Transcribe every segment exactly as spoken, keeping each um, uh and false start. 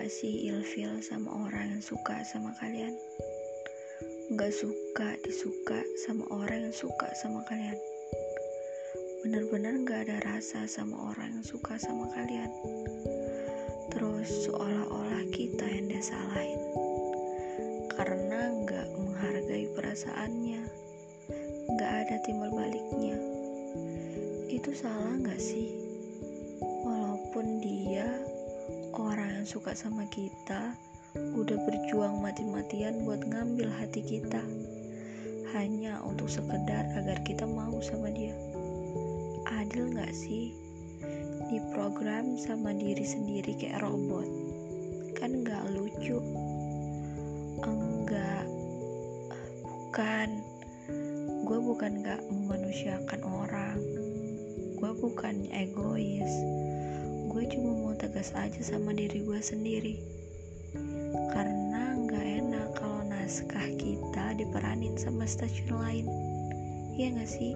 gak sih ilfil sama orang yang suka sama kalian? Gak suka disuka sama orang yang suka sama kalian? Bener-bener gak ada rasa sama orang yang suka sama kalian? Terus seolah-olah kita yang dia salahin karena gak menghargai perasaannya, gak ada timbal baliknya. Itu salah gak sih? Walaupun dia orang yang suka sama kita, udah berjuang mati-matian buat ngambil hati kita, hanya untuk sekedar agar kita mau sama dia. Adil gak sih? Diprogram sama diri sendiri kayak robot. Kan gak lucu. Enggak, bukan. Gue bukan gak memanusiakan orang. Gue bukan egois. Gue cuma mau tegas aja sama diri gue sendiri. Karena gak enak kalau naskah kita diperanin sama stasiun lain. Iya gak sih?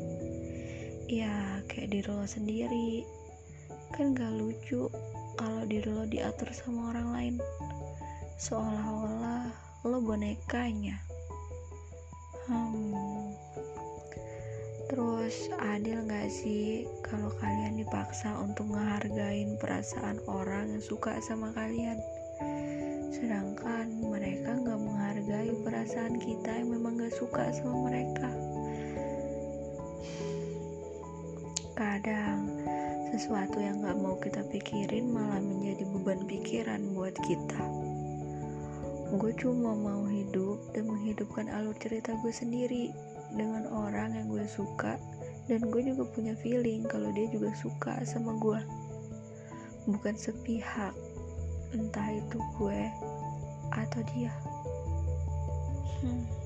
Ya kayak diri lo sendiri. Kan gak lucu kalau diri lo diatur sama orang lain, seolah-olah lo bonekanya. Hmm. Terus adil gak sih kalau kalian dipaksa untuk ngehargain perasaan orang yang suka sama kalian, sedangkan mereka gak menghargai perasaan kita yang memang gak suka sama mereka? Kadang sesuatu yang gak mau kita pikirin malah menjadi beban pikiran buat kita. Gue cuma mau hidup dan menghidupkan alur cerita gue sendiri dengan orang yang gue suka, dan gue juga punya feeling kalau dia juga suka sama gue. Bukan sepihak, entah itu gue atau dia. Hmm.